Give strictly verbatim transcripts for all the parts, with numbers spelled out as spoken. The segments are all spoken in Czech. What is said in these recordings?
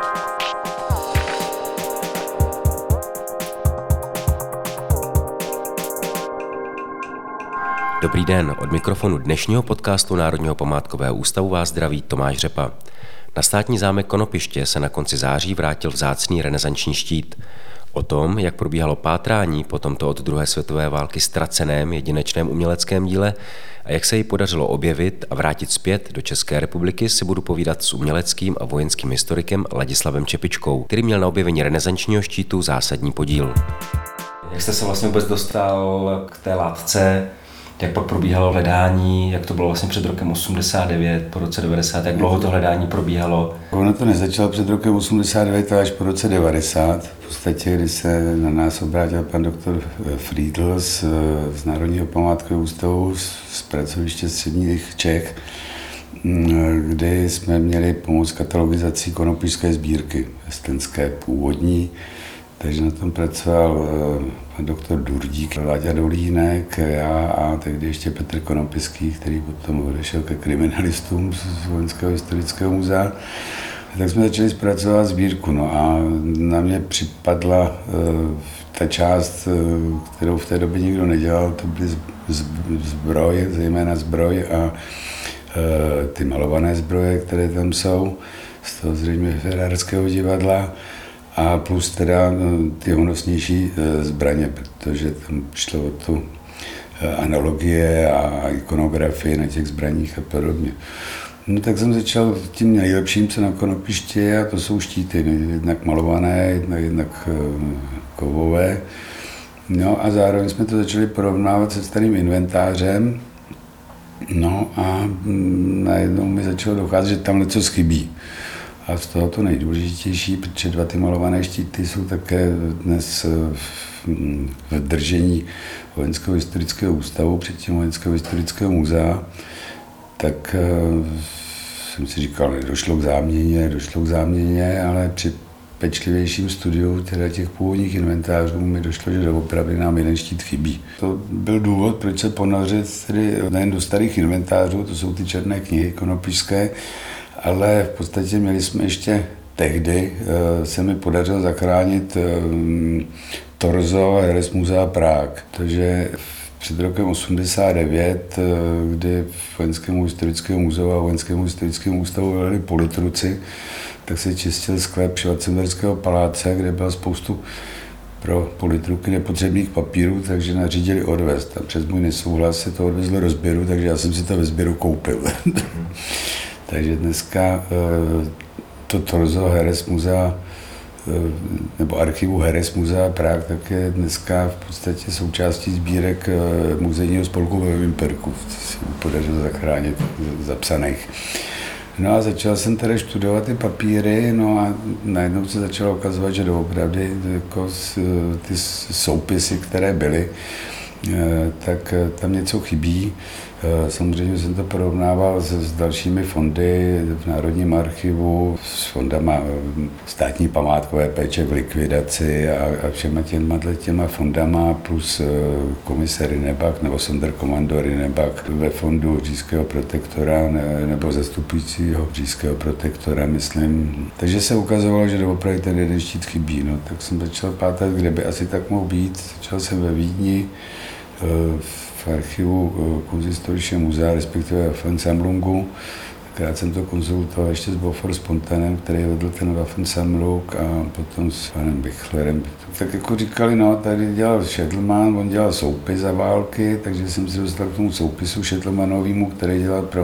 Dobrý den, od mikrofonu dnešního podcastu Národního památkového ústavu vás zdraví Tomáš Řepa. Na státní zámek Konopiště se na konci září vrátil vzácný renesanční štít. O tom, jak probíhalo pátrání po tomto od druhé světové války ztraceném jedinečném uměleckém díle a jak se jej podařilo objevit a vrátit zpět do České republiky, si budu povídat s uměleckým a vojenským historikem Ladislavem Čepičkou, který měl na objevení renesančního štítu zásadní podíl. Jak jste se vlastně vůbec dostal k té látce? Jak pak probíhalo hledání, jak to bylo vlastně před rokem osmdesát devět, po roce devadesát, jak dlouho to hledání probíhalo? Ono to nezačalo před rokem osmdesát devět, ale až po roce devadesát. V podstatě, když se na nás obrátil pan doktor Friedl z, z Národního památkového ústavu z pracoviště středních Čech, kdy jsme měli pomoct katalogizací konopišské sbírky estonské původní. Takže na tom pracoval pan doktor Durdík, Láďa Dolínek, já a tehdy ještě Petr Konopiský, který potom odešel ke kriminalistům z Vojenského historického muzea. Tak jsme začali zpracovat sbírku. No a na mě připadla ta část, kterou v té době nikdo nedělal, to byly zbroj, zejména zbroj a ty malované zbroje, které tam jsou, z toho zřejmě Ferrarského divadla. A plus teda ty honosnější zbraně, protože tam šlo o tu analogie a ikonografii na těch zbraních a podobně. No tak jsem začal tím nejlepším, co na Konopišti je, a to jsou štíty, jednak malované, jednak, jednak kovové. No a zároveň jsme to začali porovnávat se starým inventářem. No a najednou mi začalo docházet, že tam něco chybí. A z toho to nejdůležitější, protože dva ty malované štíty jsou také dnes v držení Vojenského historického ústavu, předtím Vojenského historického muzea, tak jsem si říkal, nedošlo k záměně, došlo k záměně, ale při pečlivějším studiu teda těch původních inventářů mi došlo, že doopravdy nám jeden štít chybí. To byl důvod, proč se ponořit tedy nejen do starých inventářů, to jsou ty černé knihy konopišské, ale v podstatě měli jsme ještě tehdy, se mi podařilo zachránit torzo Heres Muzea Prague. Takže před rokem osmdesát devět, kdy v Vojenskému historickému muzeu a Vojenskému historickému ústavu byli politruci, tak se čistil sklep Schwarzenberského paláce, kde byla spoustu pro politruky nepotřebných papírů, takže nařídili odvést. A přes můj nesouhlas se to odvezlo do sběru, takže já jsem si to ve sběru koupil. Takže dneska to torzo Heres Muzea, nebo archivu Heres Muzea Prague, tak je dneska v podstatě součástí sbírek muzejního spolku ve Vimperku, se mi podařilo zachránit zapsaných. No a začal jsem tady studovat ty papíry, no a najednou se začalo ukazovat, že doopravdy jako ty soupisy, které byly, tak tam něco chybí. Samozřejmě jsem to porovnával s, s dalšími fondy v Národním archivu, s fondama státní památkové péče v likvidaci a, a všema těma, těma fondama plus komise Rinebach nebo Sonderkommando Rinebach ve fondu říšského protektora ne, nebo zastupujícího říšského protektora, myslím. Takže se ukazovalo, že doopravdy ten jeden štít chybí. No, tak jsem začal pátrat, kde by asi tak mohl být. Začal jsem ve Vídni, v archivu Kunsthistorische Muzea, respektive Waffensammlungu. Krát jsem to konzultoval ještě s Beaufort Spontanem, který vedl ten Waffensammlung, a potom s panem Bichlerem. Tak jako říkali, no, tady dělal Schettleman, on dělal soupis za války, takže jsem se dostal k tomu soupisu Schettlemanovému, který dělal pro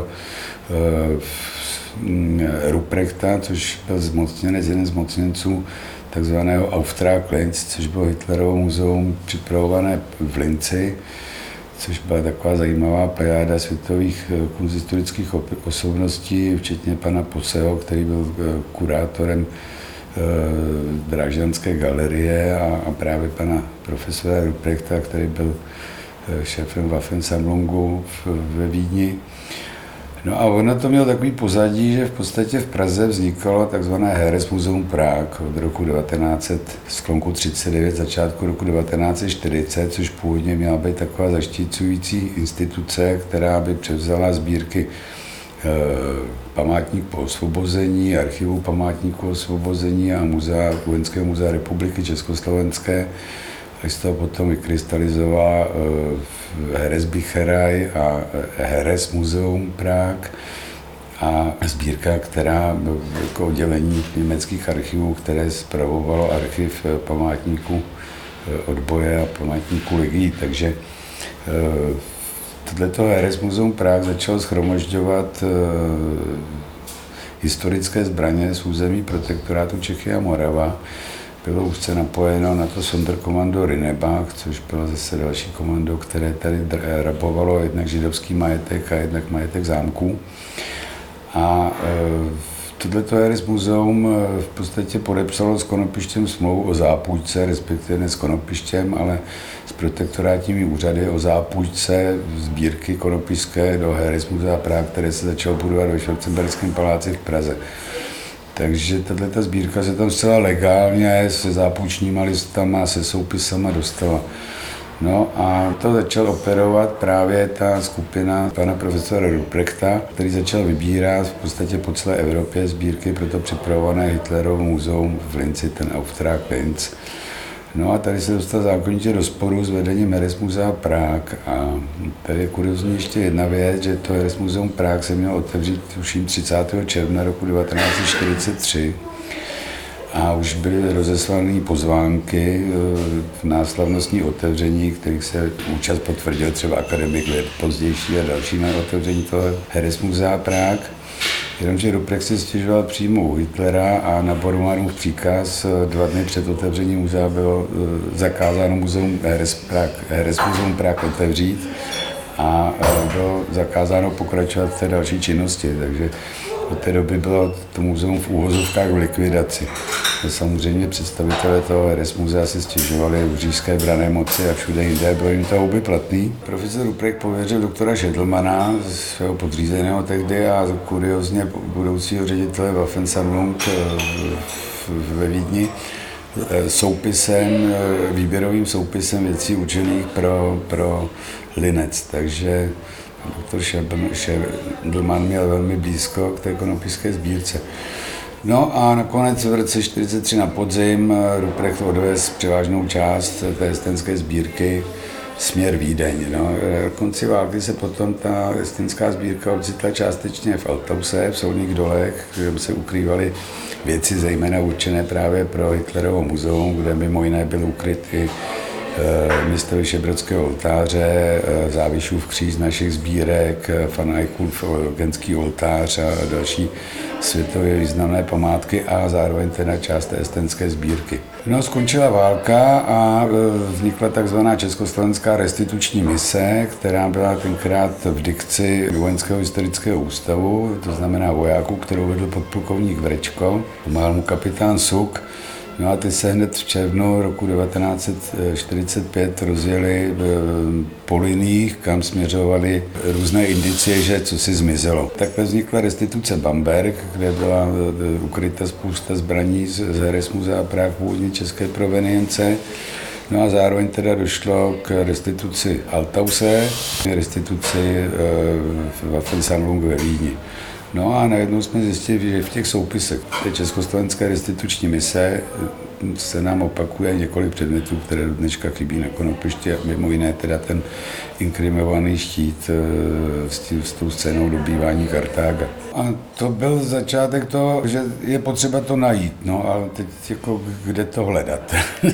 uh, Ruprechta, což byl zmocněnec, jeden z zmocněnců takzvaného Auftrag-Linz, což bylo Hitlerovo muzeum připravované v Linci, což byla taková zajímavá plejáda světových kunsthistorických osobností, včetně pana Poseho, který byl kurátorem Drážďanské galerie, a, a právě pana profesora Ruprechta, který byl šéfem Waffensammlungu ve Vídni. No a ono to mělo takový pozadí, že v podstatě v Praze vznikalo takzvané Heres Muzeum Prague od roku devatenáct set, sklonku třicet devět, začátku roku devatenáct set čtyřicet, což původně měla být taková zaštiťující instituce, která by převzala sbírky památník po osvobození, archivu památníku osvobození a muzea, Vojenského muzea Republiky Československé. A z toho potom vykrystalizovala Heresbücherei a Heres Muzeum Prague a sbírka, která jako oddělení německých archivů, které spravovalo archiv památníků odboje a památníků legií. Takže tohleto Heres Muzeum Prague začalo shromažďovat historické zbraně z území protektorátu Čechy a Morava. Bylo úzce napojeno na to Sonderkommando Rinebach, což bylo zase další komando, které tady rabovalo jednak židovský majetek a jednak majetek zámků. A tohleto Heres Muzeum v podstatě podepsalo s Konopištěm smlouvu o zápůjčce, respektive ne s Konopištěm, ale s protektorátními úřady o zápůjčce sbírky konopišské do Heres Muzea Prague, které se začalo budovat ve Schwarzenberském paláci v Praze. Takže tato sbírka se tam zcela legálně se zápůjčníma listama, se soupisama dostala. No a to začal operovat právě ta skupina pana profesora Ruprechta, který začal vybírat v podstatě po celé Evropě sbírky pro to připravované Hitlerovo muzeum v Linci, ten Auftrag Linz. No a tady se dostal zákonitě do sporu s vedením Heres Muzea Prague. A tady je kuriozní ještě jedna věc, že to Heres Muzeum Prague se mělo otevřít tuším třicátého června roku devatenáct set čtyřicet tři. A už byly rozeslány pozvánky na slavnostní otevření, kterých se účast potvrdil třeba akademik věd pozdější a další na otevření toho Heres Muzea Prague. Jenomže Ruprecht si stěžoval přímo u Hitlera a na Bormannův příkaz dva dny před otevřením muzea bylo zakázáno muzeum Heres, Prague, Heres Muzeum Prague otevřít a bylo zakázáno pokračovat v té další činnosti, takže od té doby bylo to muzeum v úvozovkách v likvidaci. A samozřejmě představitelé toho Heres Muzea si stěžovali u říšské branné moci a všude jinde, bylo jim to huby platný. Profesor Ruprecht pověřil doktora Schädelmanna, svého podřízeného tehdy a kuriozně budoucího ředitele Waffensammlung ve Vídni, soupisem, výběrovým soupisem věcí určených pro, pro Linec. Takže doktor Schädelmann měl velmi blízko k té konopišské sbírce. No a nakonec v roce čtyřicet tři na podzim Ruprecht odvez převážnou část té estenské sbírky směr Vídeň. No. Na konci války se potom ta estenská sbírka ocitla částečně v Altause, v Solných dolech, kde se ukrývaly věci zejména určené právě pro Hitlerovo muzeum, kde mimo jiné byl ukryt i mistr Vyšehradského oltáře, Závišův kříž z našich sbírek, Van Eyckův genský oltář a další světově významné památky a zároveň teda část té estenské sbírky. No, skončila válka a vznikla takzvaná Československá restituční mise, která byla tenkrát v dikci Vojenského historického ústavu, to znamená vojáků, kterou vedl podplukovník Vrečko, pomáhal mu kapitán Suk. No a ty se hned v červnu roku devatenáct set čtyřicet pět rozjeli po liniích, kam směřovaly různé indicie, že co si zmizelo. Takhle vznikla restituce Bamberg, kde byla ukryta spousta zbraní z Heres Muzea Prague původně české provenience. No a zároveň teda došlo k restituci Altause, restituci v Waffensammlung ve Vídni. No a najednou jsme zjistili, že v těch soupisech té Československé restituční mise se nám opakuje několik předmětů, které do dneška chybí na Konopišti, a mimo jiné teda ten inkriminovaný štít s, tím, s tou scénou dobývání Kartága. A to byl začátek toho, že je potřeba to najít, no a teď jako kde to hledat.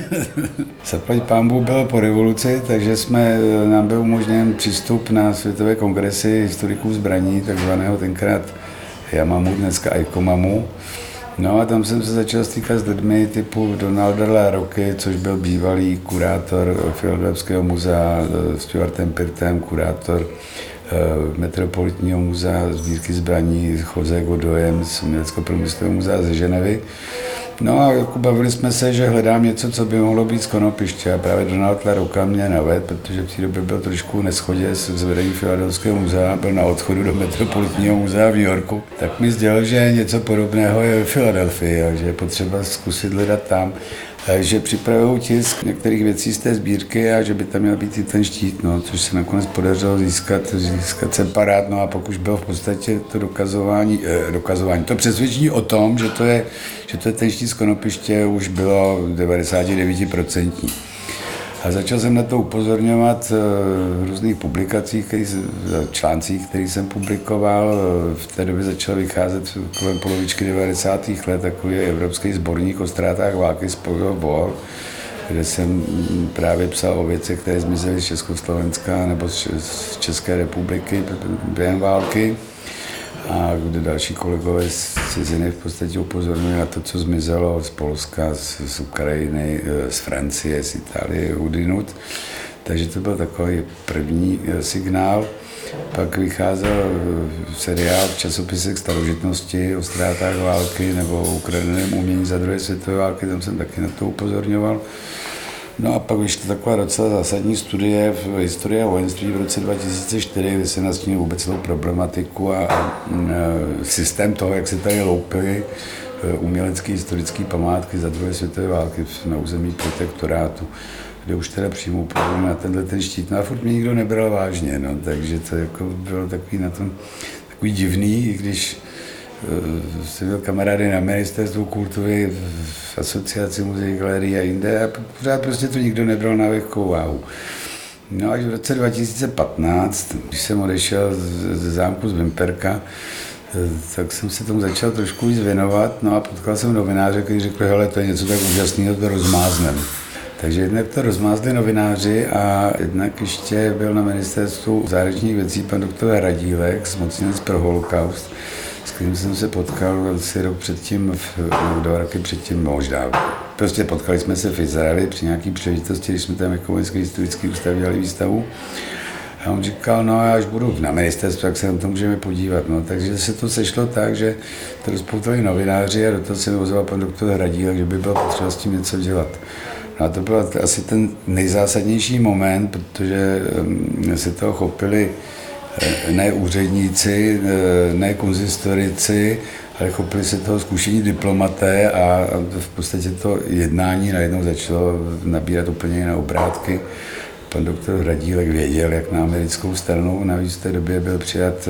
Zaplať pánbůh bylo po revoluci, takže jsme, nám byl umožněn přístup na světové kongresy historiků zbraní, takzvaného tenkrát Jamamu, dneska Eikomamu. No a tam jsem se začal stýkat s lidmi typu Donalda LaRocque, což byl bývalý kurátor Philadelphského muzea, Stuartem Pirtem, kurátor Metropolitního muzea sbírky zbraní, José Godoyem z Umělecko-průmyslového muzea ze Ženevy. No a jako bavili jsme se, že hledám něco, co by mohlo být z Konopiště, a právě Donald LaRocque mě navedl, protože v té době byl trošku v neschodě s vedením Philadelphského muzea, byl na odchodu do Metropolitního muzea v New Yorku, tak mi sdělil, že něco podobného je ve Philadelphii a že je potřeba zkusit hledat tam. že připravují tisk některých věcí z té sbírky a že by tam měl být i ten štít, no, což se nakonec podařilo získat, získat separát, no a pak už bylo v podstatě to dokazování, eh, dokazování, to přesvědčení o tom, že to je, že to je ten štít z konopiště, už bylo devadesát devět procent. A začal jsem na to upozorňovat v různých publikacích, který, článcích, který jsem publikoval. V té době začal vycházet kolem polovičky devadesátých let takový evropský sborník o ztrátách války z War, kde jsem právě psal o věcech, které zmizely z Československa nebo z České republiky během války. A kde další kolegové z ciziny v podstatě upozorňují na to, co zmizelo z Polska, z, z Ukrajiny, z Francie, z Itálie, odinut. Takže to byl takový první signál. Pak vycházel seriál v časopisech Starožitnosti o ztrátách války nebo o ukradeném umění za druhé světové války, tam jsem taky na to upozorňoval. No a pak vyšla taková docela zásadní studie v historii a vojenství v roce dva tisíce čtyři, kde se nastínil vůbec celou problematiku a, a systém toho, jak se tady loupily umělecké historické památky za druhé světové války na území protektorátu, kde už teda přímo upozorňuji na tenhle ten štít. No a furt mě nikdo nebral vážně, no, takže to jako bylo takový na tom takový divný, i když jsem měl kamarády na ministerstvu kultury, v asociaci muzeí, galerií a jinde a pořád prostě to nikdo nebral na lehkou váhu. No až v roce dva tisíce patnáct, když jsem odešel ze zámku z Vimperka, tak jsem se tomu začal trošku víc věnovat, no a potkal jsem novináře, který řekl, hele, to je něco tak úžasného, to rozmáznem. Takže jednak to rozmázli novináři a jednak ještě byl na ministerstvu zahraničních věcí pan doktor Radílek, zmocněnec pro holokaust, s kterým jsem se potkal asi rok předtím, dva roky předtím možná. Prostě potkali jsme se v Izraeli při nějaký příležitosti, když jsme tam jako Vojenský historický ústav dělali výstavu. A on říkal, no až budu na ministerstvu, tak se na to můžeme podívat. No, takže se to sešlo tak, že to rozpoutali novináři a do toho se mi ozval pan doktor Radílek, že by bylo potřeba s tím něco dělat. No a to byl asi ten nejzásadnější moment, protože se toho chopili ne úředníci, ne konzistorici, ale chopili se toho zkušení diplomaté a v podstatě to jednání najednou začalo nabírat úplně jiné obrátky. Pan doktor Radílek věděl, jak na americkou stranu, navíc v té době byl přijat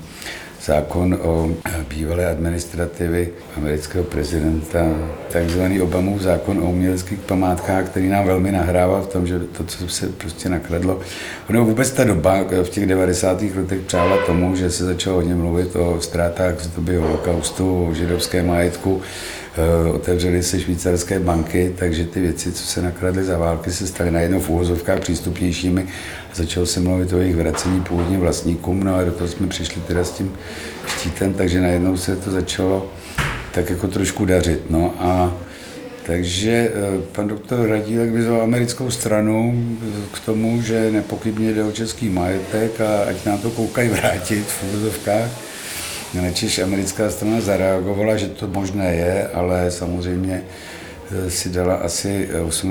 zákon o bývalé administrativy amerického prezidenta, takzvaný Obamův zákon o uměleckých památkách, který nám velmi nahrával v tom, že to, co se prostě nakradlo. Ono vůbec ta doba v těch devadesátých letech přála tomu, že se začalo hodně mluvit o ztrátách z doby holokaustu, o židovském majetku, otevřely se švýcarské banky, takže ty věci, co se nakradly za války, se staly najednou v úvozovkách přístupnějšími. Začalo se mluvit o jejich vracení původním vlastníkům, no a do toho jsme přišli teda s tím štítem, takže najednou se to začalo tak jako trošku dařit. No a takže pan doktor Radílek vyzval americkou stranu k tomu, že nepochybně jde o český majetek a ať nám to koukají vrátit v úvozovkách. Načež americká strana zareagovala, že to možné je, ale samozřejmě si dala asi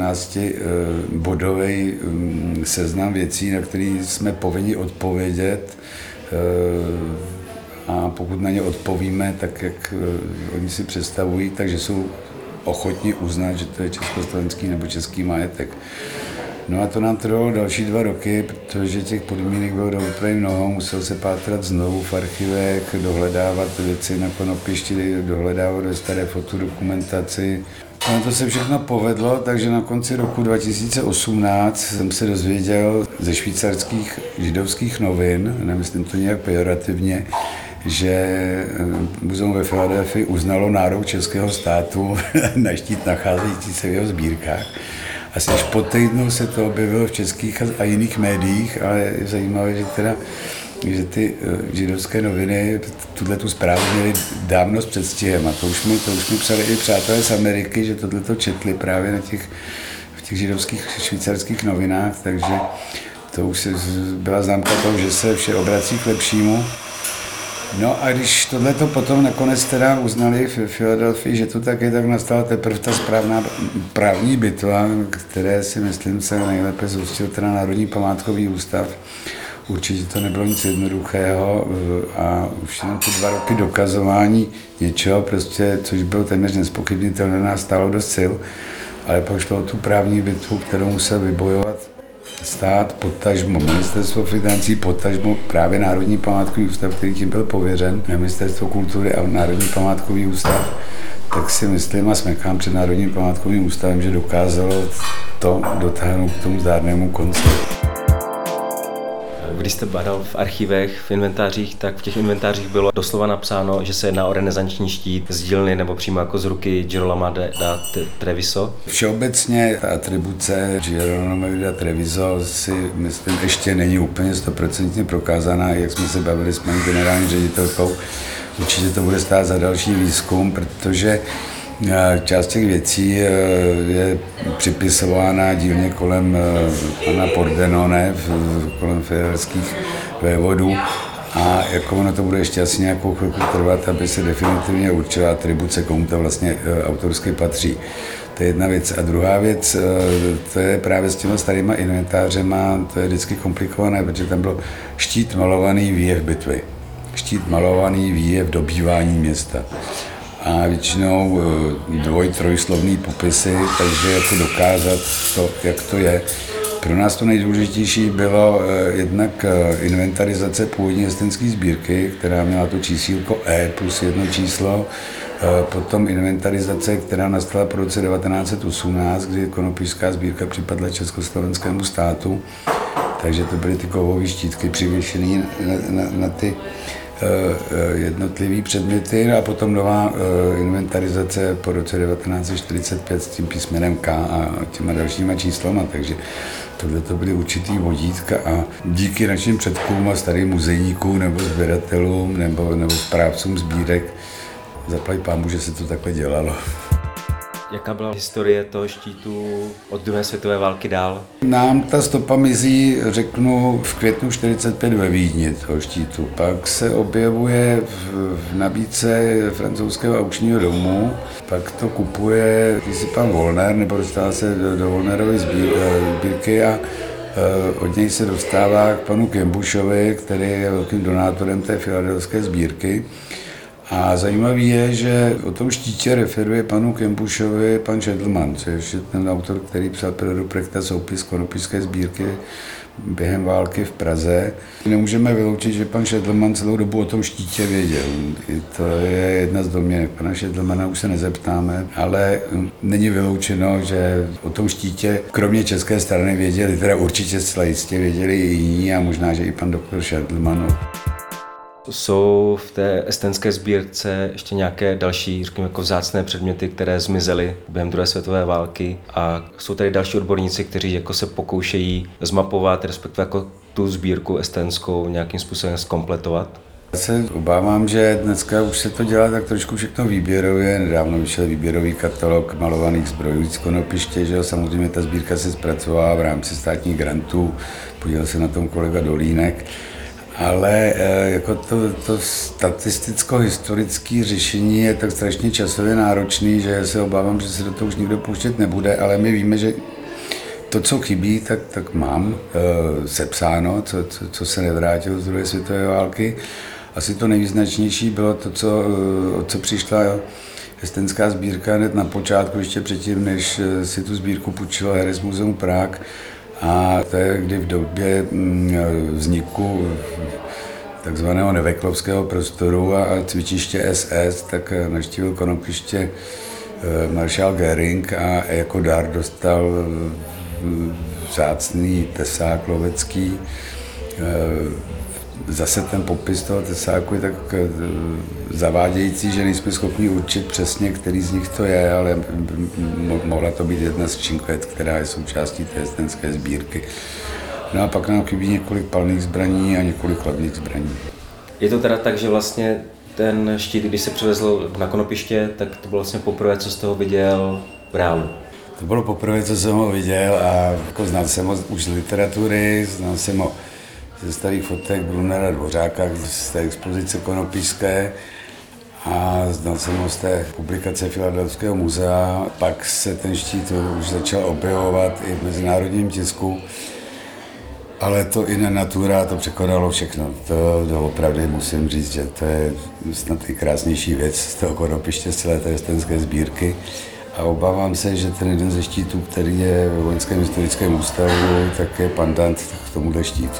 osmnáctibodový seznam věcí, na který jsme povinni odpovědět. A pokud na ně odpovíme, tak jak oni si představují, takže jsou ochotni uznat, že to je československý nebo český majetek. No a to nám trvalo další dva roky, protože těch podmínek bylo doopravdy mnoho, musel se pátrat znovu v archivech, dohledávat věci na konopišti, dohledávat ve staré fotodokumentaci. No to se všechno povedlo, takže na konci roku dva tisíce osmnáct jsem se dozvěděl ze švýcarských židovských novin, nemyslím to nějak pejorativně, že muzeum ve Filadelfii uznalo nárok českého státu na štít nacházející se v jeho sbírkách. Asi až po týdnu se to objevilo v českých a jiných médiích, ale je zajímavé, že, teda, že ty židovské noviny tuhle tu zprávu měly dávno s předstihem a to už mi, to už mi psali i přátelé z Ameriky, že tohle to četli právě na těch, v těch židovských švýcarských novinách, takže to už byla známka toho, že se vše obrací k lepšímu. No a když tohleto potom nakonec teda uznali v Filadelfii, že to tak je, tak nastala teprve ta správná právní bitva, které si myslím se nejlépe zhostil teda Národní památkový ústav. Určitě to nebylo nic jednoduchého a už jenom ty dva roky dokazování něčeho, prostě, což bylo téměř nezpochybnitelné, nás stálo dost sil. ale pak šlo o tu právní bitvu, kterou musel vybojovat stát, potažmo ministerstvo financí, potažmo právě Národní památkový ústav, který tím byl pověřen, ministerstvo kultury a Národní památkový ústav, tak si myslím a smekám před Národním památkovým ústavem, že dokázalo to dotáhnout k tomu zdárnému konci. Když jste bádal v archivech, v inventářích, tak v těch inventářích bylo doslova napsáno, že se jedná o renesanční štít z dílny nebo přímo jako z ruky Girolama da Treviso. Všeobecně ta atribuce Girolama da Treviso si myslím ještě není úplně stoprocentně prokázaná, jak jsme se bavili s paní generální ředitelkou. Určitě to bude stát za další výzkum, protože část těch věcí je připisována dílně kolem pana Pordenone, kolem federských vévodů a jako ono to bude ještě asi nějakou chvilku trvat, aby se definitivně určila atribuce, komu to vlastně autorsky patří. To je jedna věc. A druhá věc, to je právě s těma starýma inventářema, to je vždycky komplikované, protože tam byl štít malovaný výjev bitvy. Štít malovaný výjev dobývání města. A většinou dvoj, trojslovný popisy, takže jako dokázat to, jak to je. Pro nás to nejdůležitější bylo jednak inventarizace původní jestenské sbírky, která měla to čísílko E plus jedno číslo, potom inventarizace, která nastala po roce devatenáct set osmnáct, kdy konopišská sbírka připadla československému státu, takže to byly ty kovové štítky přivěšené na, na, na ty jednotlivý předměty a potom nová inventarizace po roce devatenáct set čtyřicet pět s tím písmenem K a těma dalšíma číslama, takže tohle to byly určitý vodítka a díky našim předkům a starým muzejníkům nebo sběratelům nebo, nebo správcům sbírek zaplať pánbůh, že se to takhle dělalo. Jaká byla historie toho štítu od druhé světové války dál? Nám ta stopa mizí, řeknu, v květnu čtyřicet pět ve Vídni toho štítu. Pak se objevuje v, v nabídce francouzského aukčního domu, pak to kupuje si pan Wollner, nebo dostává se do, do Wollnerovy sbírky a od něj se dostává k panu Kembušovi, který je velkým donátorem té filadelfské sbírky. A zajímavé je, že o tom štítě referuje panu Kembušovi pan Šetlman, což je ten autor, který psal pro Ruprechta soupis konopišské sbírky během války v Praze. Nemůžeme vyloučit, že pan Šetlman celou dobu o tom štítě věděl. I to je jedna z domněnek. Pana Šetlmana už se nezeptáme, ale není vyloučeno, že o tom štítě kromě české strany věděli, teda určitě zcela jistě věděli i jiní a možná, že i pan doktor Šetlman. Jsou v té estenské sbírce ještě nějaké další, řekněme, jako vzácné předměty, které zmizely během druhé světové války a jsou tady další odborníci, kteří jako se pokoušejí zmapovat, respektive jako tu sbírku estenskou nějakým způsobem zkompletovat? Já se obávám, že dneska už se to dělá tak trošku všechno výběrově. Nedávno vyšel výběrový katalog malovaných zbrojů z konopiště, že jo? Samozřejmě ta sbírka se zpracovala v rámci státních grantů, podílel se na tom kolega Dolínek. Ale jako to, to statisticko-historické řešení je tak strašně časově náročný, že se obávám, že se do toho už nikdo pouštět nebude, ale my víme, že to, co chybí, tak, tak mám e, sepsáno, co, co, co se nevrátilo z druhé světové války. Asi to nejvýznačnější bylo to, co, o co přišla estenská sbírka hned na počátku, ještě předtím, než si tu sbírku půjčilo Heres Muzeum Prague. A to je, kdy v době vzniku takzvaného neveklovského prostoru a cvičiště S S, tak navštívil konopiště maršál Göring a jako dar dostal vzácný tesák lovecký. Zase ten popis toho tesáku je tak zavádějící, že nejsme schopni určit přesně, který z nich to je, ale mohla to být jedna z činkvet, která je součástí té estenské sbírky. No a pak nám chybí několik palných zbraní a několik chladných zbraní. Je to teda tak, že vlastně ten štít, když se přivezl na konopiště, tak to bylo vlastně poprvé, co jste ho viděl v reálu? To bylo poprvé, co jsem ho viděl a jako znal jsem ho už z literatury, znal jsem ho ze starých fotek Brunera Dvořáka z té expozice konopišské a znal jsem ho z té publikace Filadelfského muzea. Pak se ten štít už začal objevovat i v mezinárodním tisku, ale to in natura, to překonalo všechno. To, to opravdu musím říct, že to je snad nejkrásnější věc z toho konopiště, z celé té estenské sbírky. A obávám se, že ten jeden ze štítů, který je ve Vojenském historickém ústavu, tak je pandant k tomuhle štítu.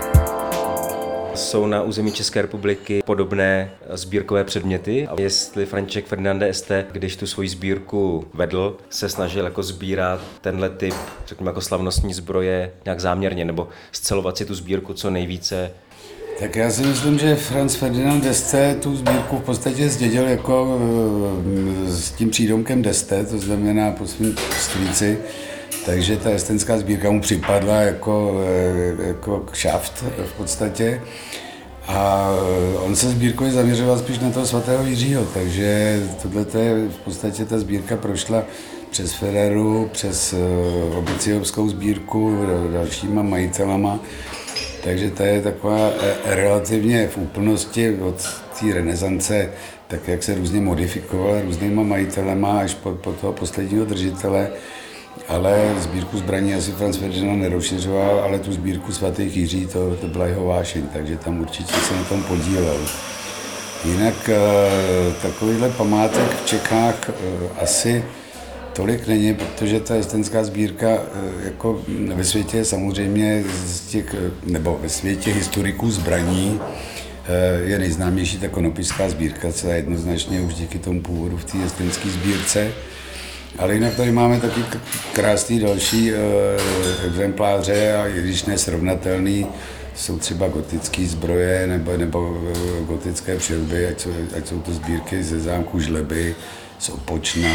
Jsou na území České republiky podobné sbírkové předměty? A jestli František Ferdinand d'Este, když tu svoji sbírku vedl, se snažil jako sbírat tenhle typ, řekněme, jako slavnostní zbroje nějak záměrně, nebo scelovat si tu sbírku co nejvíce? Tak já si myslím, že Franz Ferdinand d'Este tu sbírku v podstatě zdědil jako s tím přídomkem d'Este, to znamená po svým strýci, takže ta estenská sbírka mu připadla jako, jako kšaft v podstatě. A on se sbírkově zaměřoval spíš na toho svatého Jiřího, takže tohle je v podstatě ta sbírka prošla přes Ferreru, přes Obiciovskou sbírku, dalšíma majitelama. Takže to je taková relativně v úplnosti od té renesance, tak jak se různě modifikovala různýma majitelema až po, po toho posledního držitele. Ale sbírku zbraní asi Franz Ferdinand nerozšiřoval, ale tu sbírku svatých Jiří, to, to byla jeho vášeň, takže tam určitě se na tom podílel. Jinak takovýhle památek v Čechách asi tolik není, protože ta estenská sbírka jako ve světě samozřejmě z těch, nebo ve světě historiků zbraní je nejznámější ta konopišská sbírka, celá jednoznačně už díky tomu původu v té estenské sbírce. Ale jinak tady máme taky krásný další exempláře, a i když nesrovnatelný, jsou třeba gotické zbroje nebo, nebo gotické přilby, ať jsou, ať jsou to sbírky ze zámku Žleby, z Opočna,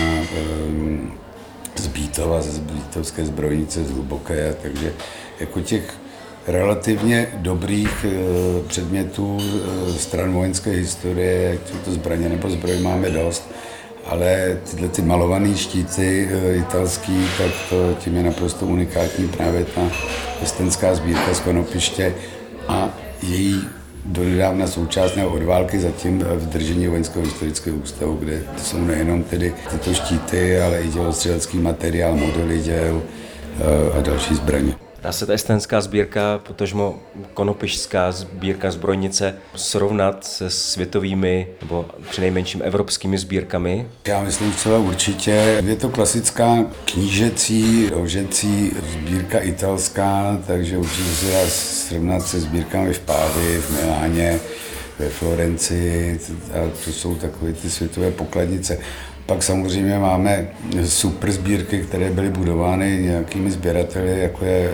z Bítova, z Bítovské zbrojnice, z Hluboké, takže jako těch relativně dobrých předmětů stran vojenské historie, ať jsou to zbraně nebo zbroje, máme dost, ale tyhle ty malované štíty italský, tak to, tím je naprosto unikátní právě ta estenská sbírka z Konopiště a její donedávna současného od války zatím v držení Vojenského historického ústavu, kde jsou nejenom tedy tyto štíty, ale i dělostřelecký materiál, modely děl a další zbraně. Dá se ta estenská sbírka, potažmo konopišská sbírka zbrojnice srovnat se světovými nebo přinejmenším evropskými sbírkami? Já myslím celá určitě. Je to klasická knížecí, ložecí sbírka italská, takže určitě se dá srovnat se sbírkami v Pávii, v Miláně, ve Florencii, a to jsou takové ty světové pokladnice. Pak samozřejmě máme super sbírky, které byly budovány nějakými sběrateli, jako je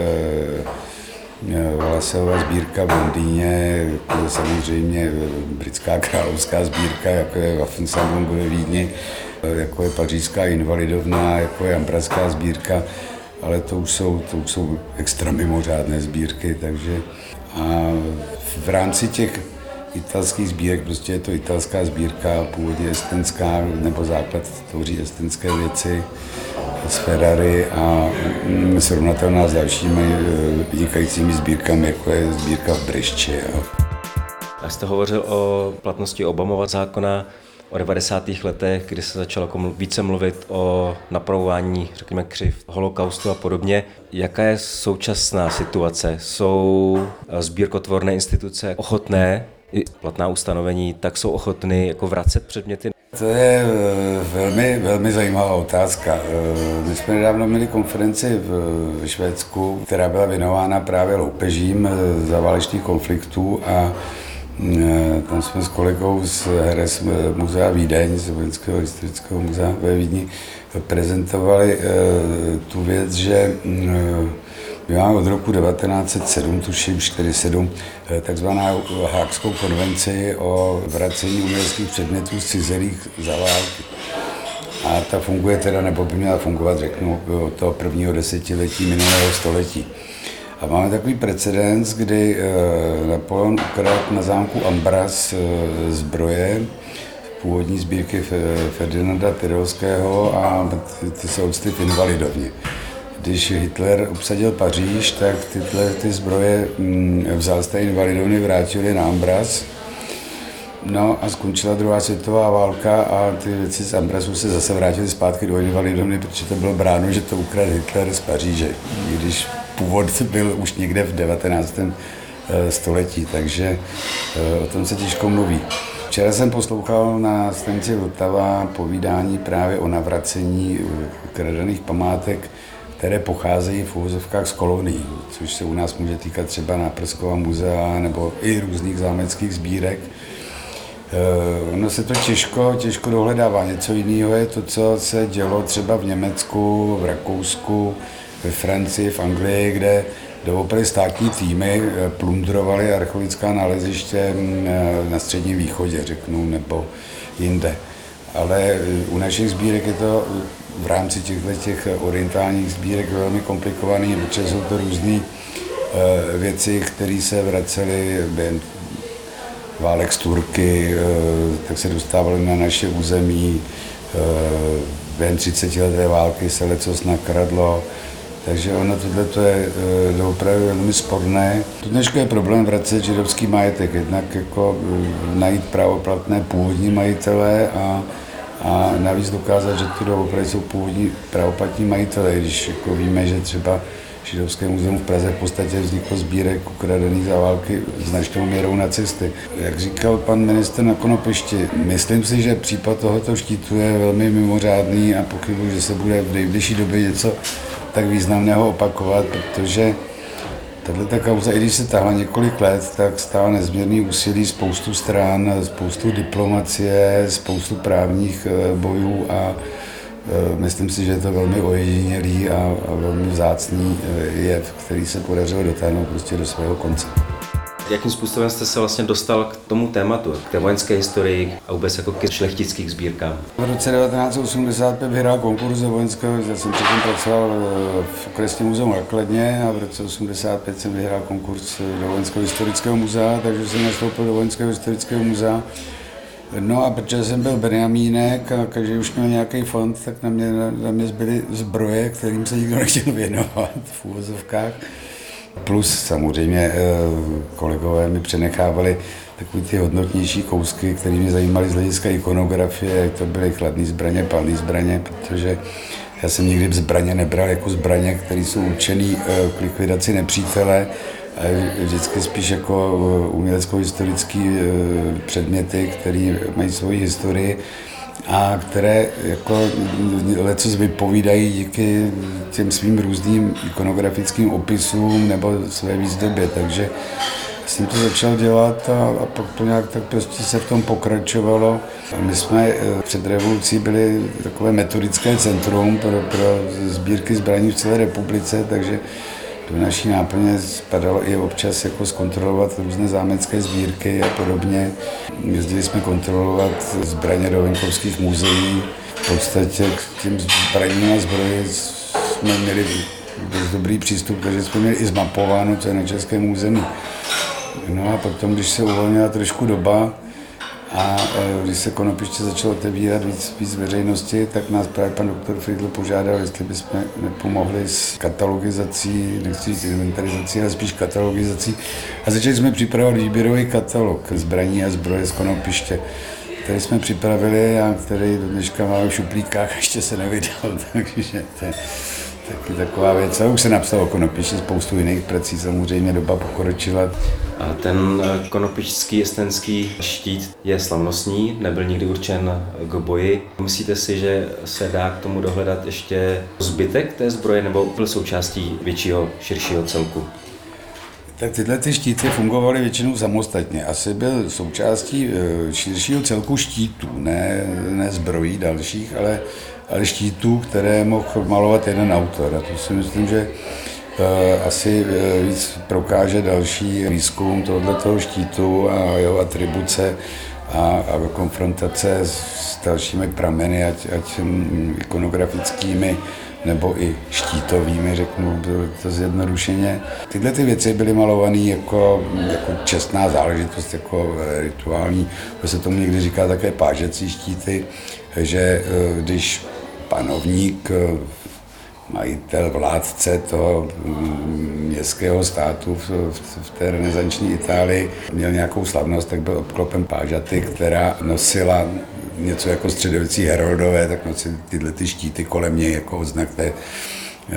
Valaseová sbírka v Londýně, jako je samozřejmě britská královská sbírka, jako je Waffensammlung ve Vídni, jako je pařížská invalidovna, jako je Ambrazská sbírka, ale to už jsou, to už jsou extra mimořádné sbírky, takže a v rámci těch italských sbírek, prostě je to italská sbírka, původně estenská, nebo základ tvoří estenské věci z Ferrari a srovnatelná s dalšími vynikajícími sbírkami, jako je sbírka v Břešči. Já jste hovořil o platnosti Obamova zákona o devadesátých letech, kdy se začalo jako více mluvit o napravování, řekněme, křiv holokaustu a podobně. Jaká je současná situace? Jsou sbírkotvorné instituce ochotné i platná ustanovení, tak jsou ochotny jako vracet předměty? To je velmi, velmi zajímavá otázka. My jsme nedávno měli konferenci v Švédsku, která byla věnována právě loupežím za válečných konfliktů a tam jsme s kolegou z Heres muzea Vídeň, z Vojenského historického muzea ve Vídni, prezentovali tu věc, že my máme od roku devatenáct set sedm, tuším čtyřicet sedm, takzvaná Hákskou konvenci o vracení uměleckých předmětů z cizelých za války. A ta funguje teda, nebo by měla fungovat, řeknu, od toho prvního desetiletí minulého století. A máme takový precedens, kdy Napoleon ukradl na zámku Ambras zbroje, původní sbírky Ferdinanda Tyrolského, a ty se odstly v Invalidovně. Když Hitler obsadil Paříž, tak tyhle ty zbroje vzal z té Invalidovny, vrátil je na Ambras. No a skončila druhá světová válka a ty věci z Ambrasu se zase vrátily zpátky do Invalidovny, protože to bylo bráno, že to ukradl Hitler z Paříže, i když původ byl už někde v devatenáctém století, takže o tom se těžko mluví. Včera jsem poslouchal na stanici Vltava povídání právě o navracení kradených památek, které pocházejí v uvozovkách z kolonií, což se u nás může týkat třeba Náprskova muzea nebo i různých zámeckých sbírek. Ono se to těžko, těžko dohledává. Něco jiného je to, co se dělo třeba v Německu, v Rakousku, ve Francii, v Anglii, kde doopravdy státní týmy plundrovaly archeologická naleziště na Středním východě, řeknu, nebo jinde. Ale u našich sbírek je to v rámci těchto těch orientálních sbírek velmi komplikovaný, protože jsou to různé věci, které se vracely během válek z Turky, tak se dostávaly na naše území. Během třicetileté války se lecos nakradlo. Takže ono tohleto je opravdu velmi sporné. To dneška je problém vracet židovský majetek, jednak jako najít právoplatné původní majitele a, a navíc dokázat, že to doopravdy jsou původní právoplatní majitele, když jako víme, že třeba Židovské muzeum v Praze v podstatě vzniklo sbírek ukradených za války značnou měrou nacisty. Jak říkal pan ministr na Konopešti, myslím si, že případ tohoto štítu je velmi mimořádný a pochybuji, že se bude v nejbližší době něco tak významného opakovat, protože tato kauza, i když se tahla několik let, tak stála nezměrný úsilí spoustu stran, spoustu diplomacie, spoustu právních bojů a myslím si, že je to velmi ojedinělý a, a velmi vzácný jev, který se podařilo dotáhnout prostě do svého konce. Jakým způsobem jste se vlastně dostal k tomu tématu, k té vojenské historii a vůbec jako k šlechtických sbírkám? V roce devatenáct set osmdesát pět vyhrál konkurs do vojenského, já jsem předtím pracoval v Okresním muzeu na Kladně a v roce osmdesát pět jsem vyhrál konkurs do Vojenského historického muzea, takže jsem nastoupil do Vojenského historického muzea. No a protože jsem byl Benjamínek a každý už měl nějaký fond, tak na mě, na mě zbyly zbroje, kterým se nikdo nechtěl věnovat v úvozovkách. Plus samozřejmě kolegové mi přenechávali takové ty hodnotnější kousky, které mě zajímaly z hlediska ikonografie, to byly chladné zbraně, palné zbraně, protože já jsem nikdy zbraně nebral jako zbraně, které jsou určené k likvidaci nepřítele, vždycky spíš jako umělecko-historické předměty, které mají svoji historii a které jako lecos vypovídají díky těm svým různým ikonografickým opisům nebo své výzdobě. Takže jsem to začal dělat a, a pak to nějak tak prostě se v tom pokračovalo. A my jsme před revolucí byli takové metodické centrum pro, pro sbírky zbraní v celé republice, takže do naší náplně spadalo i občas jako zkontrolovat různé zámecké sbírky a podobně. Jezdili jsme kontrolovat zbraně do venkovských muzeí. V podstatě k těm zbraním a zbroji jsme měli dost dobrý přístup, takže jsme měli i zmapováno, co je na českém území. No a potom, když se uvolnila trošku doba a když se Konopiště začalo otevírat víc, víc veřejnosti, tak nás právě pan doktor Friedl požádal, jestli bychom nepomohli s katalogizací, nechci říct inventarizací, ale spíš katalogizací. A začali jsme připravovat výběrový katalog zbraní a zbroje z Konopiště, který jsme připravili a který do dneška máme v šuplíkách, ještě se nevydal, takže to je taky taková věc. A už se napsalo o Konopišti, spoustu jiných prací, samozřejmě doba pokročila. A ten konopišťský jestenský štít je slavnostní, nebyl nikdy určen k boji. Myslíte si, že se dá k tomu dohledat ještě zbytek té zbroje, nebo byl součástí většího, širšího celku? Tak tyhle ty štíty fungovaly většinou samostatně. Asi byl součástí širšího celku štítů, ne, ne zbrojí dalších, ale, ale štítů, které mohl malovat jeden autor. A to si myslím, že asi víc prokáže další výzkum tohoto štítu a jeho atribuce a, a konfrontace s dalšími prameny, ať, ať ikonografickými nebo i štítovými, řeknu to zjednodušeně. Tyhle ty věci byly malované jako, jako čestná záležitost, jako rituální, to se tomu někdy říká také pážecí štíty, že když panovník, majitel, vládce toho městského státu v, v, v té renesanční Itálii měl nějakou slavnost, tak byl obklopen pážaty, která nosila něco jako středověcí heroldové, tak nosili tyhle ty štíty kolem něj jako odznak té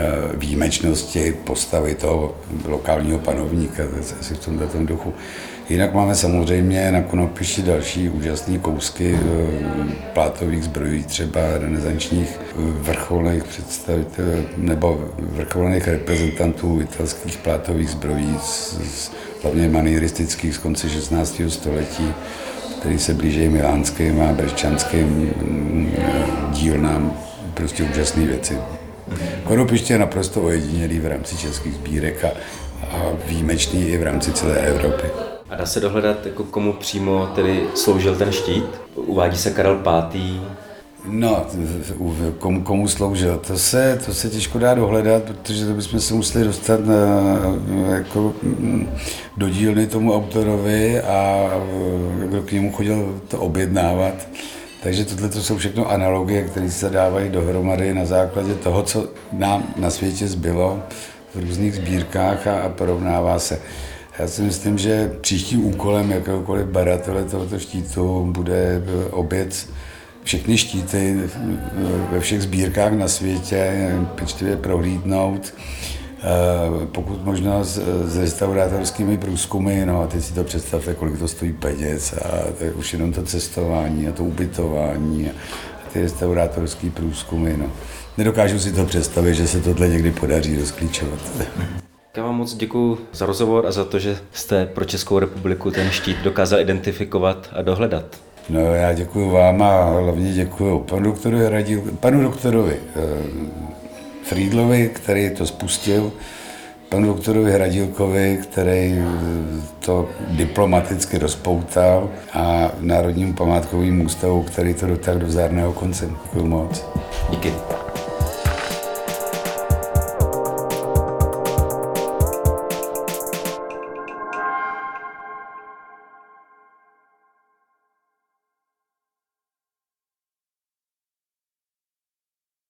výjimečnosti postavy toho lokálního panovníka, asi v tomto duchu. Jinak máme samozřejmě na Konopišti další úžasné kousky plátových zbrojí, třeba renesančních vrcholných představitelů nebo vrcholných reprezentantů italských plátových zbrojí, hlavně manieristických z konce šestnáctého století, který se blíží milánským a brečanským dílnám, prostě úžasné věci. Konopiště je naprosto ojedinělý v rámci českých sbírek a, a výjimečný i v rámci celé Evropy. A dá se dohledat, jako komu přímo tedy sloužil ten štít? Uvádí se Karel pátý. No, komu, komu sloužil, to se, to se těžko dá dohledat, protože to bychom se museli dostat na, jako, do dílny tomu autorovi a kdo k němu chodil to objednávat. Takže tohle to jsou všechno analogie, které se dávají dohromady na základě toho, co nám na světě zbylo v různých sbírkách a, a porovnává se. Já si myslím, že příštím úkolem jakéhokoliv badatele tohoto štítu bude oběc všechny štíty ve všech sbírkách na světě pečlivě prohlídnout, pokud možno s, s restaurátorskými průzkumy, no a teď si to představte, kolik to stojí peněz a to je už jenom to cestování a to ubytování a ty restaurátorské průzkumy, no. Nedokážu si to představit, že se tohle někdy podaří rozklíčovat. Já vám moc děkuji za rozhovor a za to, že jste pro Českou republiku ten štít dokázal identifikovat a dohledat. No, já děkuji vám a hlavně děkuji panu doktorovi, radil, panu doktorovi eh, Friedlovi, který to spustil, panu doktorovi Hradilkovi, který to diplomaticky rozpoutal a Národnímu památkovému ústavu, který to dotáhl do zdárného konce. Děkuji moc. Díky.